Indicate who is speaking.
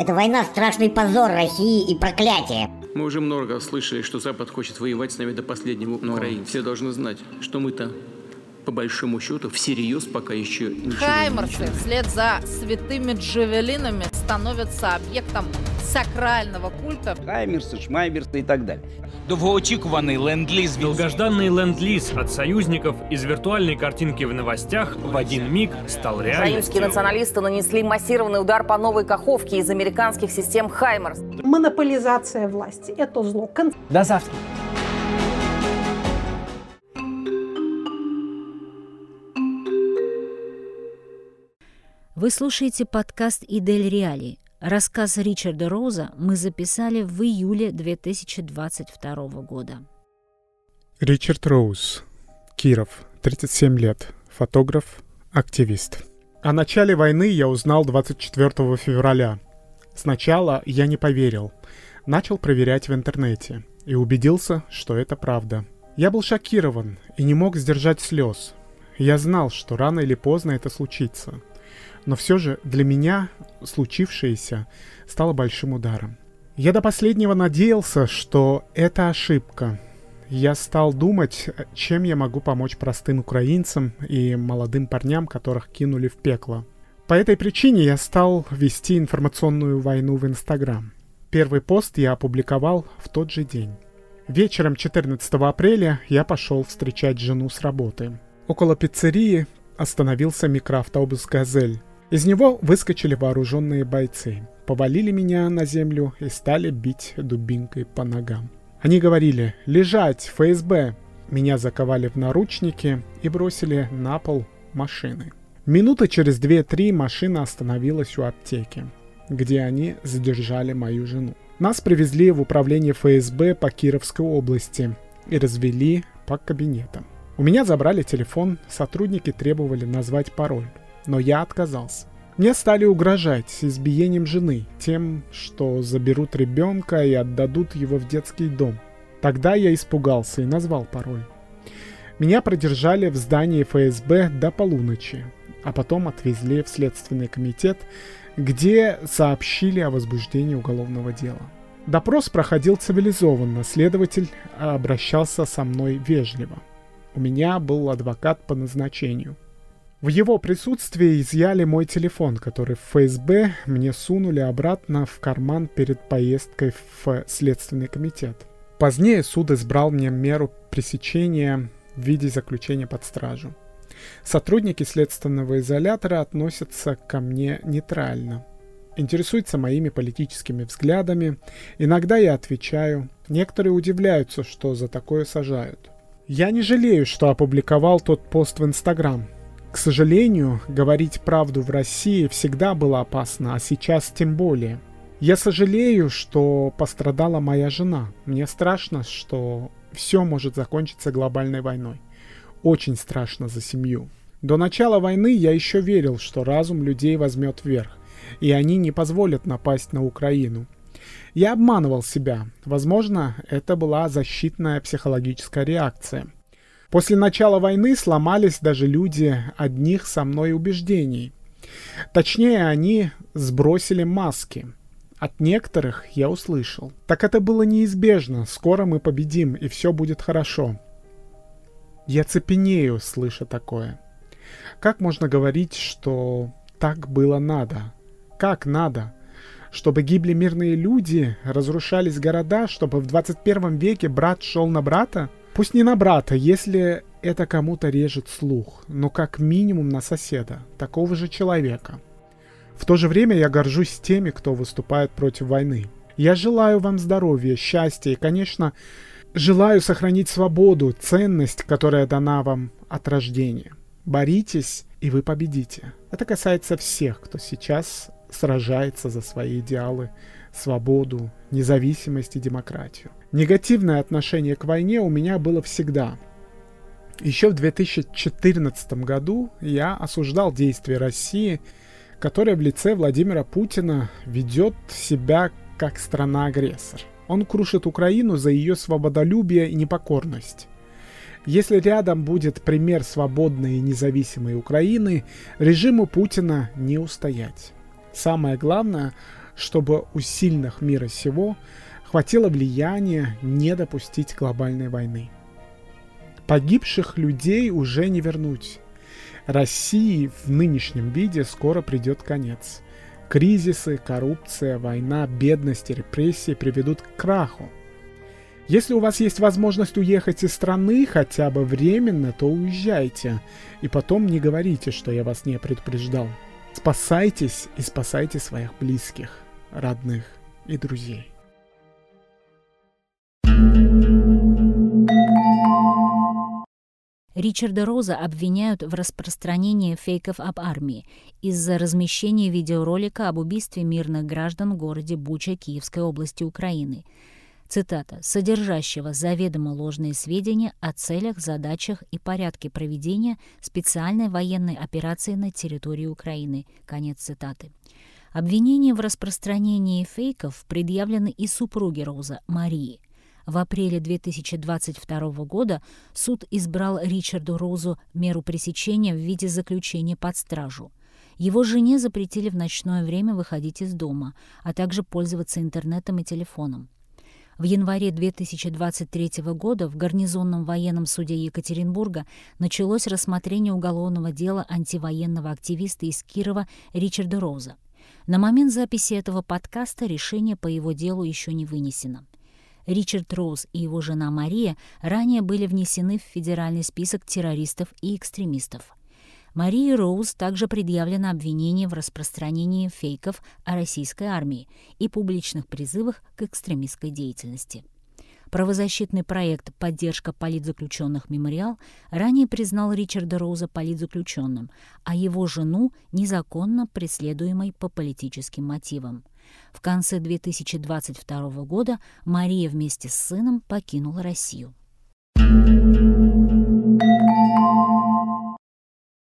Speaker 1: Эта война – страшный позор России и проклятие.
Speaker 2: Мы уже много слышали, что Запад хочет воевать с нами до последнего. Но все должны знать, что мы-то, по большому счету, всерьез пока еще ничего
Speaker 3: Хаймерсы вслед за святыми джавелинами становятся объектом сакрального культа.
Speaker 4: Хаймерсы, шмайберсы и так далее.
Speaker 5: Довгоочікуваний ленд-ліз.
Speaker 6: Долгожданный ленд-лиз от союзников из виртуальной картинки в новостях в один миг стал реальностью.
Speaker 7: Украинские националисты нанесли массированный удар по Новой Каховке из американских систем «Хаймерс».
Speaker 8: Монополизация власти – это зло.
Speaker 5: До завтра.
Speaker 9: Вы слушаете подкаст «Идель Реали». Рассказ Ричарда Роуза мы записали в июле 2022 года.
Speaker 10: Ричард Роуз, Киров, 37 лет, фотограф, активист. О начале войны я узнал 24 февраля. Сначала я не поверил. Начал проверять в интернете и убедился, что это правда. Я был шокирован и не мог сдержать слез. Я знал, что рано или поздно это случится. Но все же для меня случившееся стало большим ударом. Я до последнего надеялся, что это ошибка. Я стал думать, чем я могу помочь простым украинцам и молодым парням, которых кинули в пекло. По этой причине я стал вести информационную войну в Инстаграм. Первый пост я опубликовал в тот же день. Вечером 14 апреля я пошел встречать жену с работы. Около пиццерии остановился микроавтобус «Газель». Из него выскочили вооруженные бойцы, повалили меня на землю и стали бить дубинкой по ногам. Они говорили «Лежать, ФСБ!». Меня заковали в наручники и бросили на пол машины. Минуты через 2-3 машина остановилась у аптеки, где они задержали мою жену. Нас привезли в управление ФСБ по Кировской области и развели по кабинетам. У меня забрали телефон, сотрудники требовали назвать пароль, но я отказался. Мне стали угрожать избиением жены, тем, что заберут ребенка и отдадут его в детский дом. Тогда я испугался и назвал пароль. Меня продержали в здании ФСБ до полуночи, а потом отвезли в Следственный комитет, где сообщили о возбуждении уголовного дела. Допрос проходил цивилизованно, следователь обращался со мной вежливо. У меня был адвокат по назначению. В его присутствии изъяли мой телефон, который в ФСБ мне сунули обратно в карман перед поездкой в Следственный комитет. Позднее суд избрал мне меру пресечения в виде заключения под стражу. Сотрудники следственного изолятора относятся ко мне нейтрально. Интересуются моими политическими взглядами. Иногда я отвечаю. Некоторые удивляются, что за такое сажают. Я не жалею, что опубликовал тот пост в Инстаграм. К сожалению, говорить правду в России всегда было опасно, а сейчас тем более. Я сожалею, что пострадала моя жена. Мне страшно, что все может закончиться глобальной войной. Очень страшно за семью. До начала войны я еще верил, что разум людей возьмет вверх, и они не позволят напасть на Украину. Я обманывал себя. Возможно, это была защитная психологическая реакция. После начала войны сломались даже люди одних со мной убеждений. Точнее, они сбросили маски. От некоторых я услышал: так это было неизбежно, скоро мы победим, и все будет хорошо. Я цепенею, слыша такое. Как можно говорить, что так было надо? Как надо? Чтобы гибли мирные люди, разрушались города, чтобы в 21 веке брат шел на брата? Пусть не на брата, если это кому-то режет слух, но как минимум на соседа, такого же человека. В то же время я горжусь теми, кто выступает против войны. Я желаю вам здоровья, счастья и, конечно, желаю сохранить свободу, ценность, которая дана вам от рождения. Боритесь, и вы победите. Это касается всех, кто сейчас сражается за свои идеалы, свободу, независимость и демократию. Негативное отношение к войне у меня было всегда. Еще в 2014 году я осуждал действия России, которая в лице Владимира Путина ведет себя как страна-агрессор. Он крушит Украину за ее свободолюбие и непокорность. Если рядом будет пример свободной и независимой Украины, режиму Путина не устоять. Самое главное, чтобы у сильных мира сего хватило влияния не допустить глобальной войны. Погибших людей уже не вернуть. России в нынешнем виде скоро придет конец. Кризисы, коррупция, война, бедность и репрессии приведут к краху. Если у вас есть возможность уехать из страны хотя бы временно, то уезжайте. И потом не говорите, что я вас не предупреждал. Спасайтесь и спасайте своих близких, родных и друзей.
Speaker 9: Ричарда Роза обвиняют в распространении фейков об армии из-за размещения видеоролика об убийстве мирных граждан в городе Буча Киевской области Украины. Цитата: «содержащего заведомо ложные сведения о целях, задачах и порядке проведения специальной военной операции на территории Украины». Конец цитаты. Обвинения в распространении фейков предъявлены и супруге Роза, Марии. В апреле 2022 года суд избрал Ричарду Розу меру пресечения в виде заключения под стражу. Его жене запретили в ночное время выходить из дома, а также пользоваться интернетом и телефоном. В январе 2023 года в гарнизонном военном суде Екатеринбурга началось рассмотрение уголовного дела антивоенного активиста из Кирова Ричарда Роза. На момент записи этого подкаста решение по его делу еще не вынесено. Ричард Роуз и его жена Мария ранее были внесены в федеральный список террористов и экстремистов. Марии Роуз также предъявлено обвинение в распространении фейков о российской армии и публичных призывах к экстремистской деятельности. Правозащитный проект «Поддержка политзаключенных Мемориал» ранее признал Ричарда Роуза политзаключенным, а его жену незаконно преследуемой по политическим мотивам. В конце 2022 года Мария вместе с сыном покинула Россию.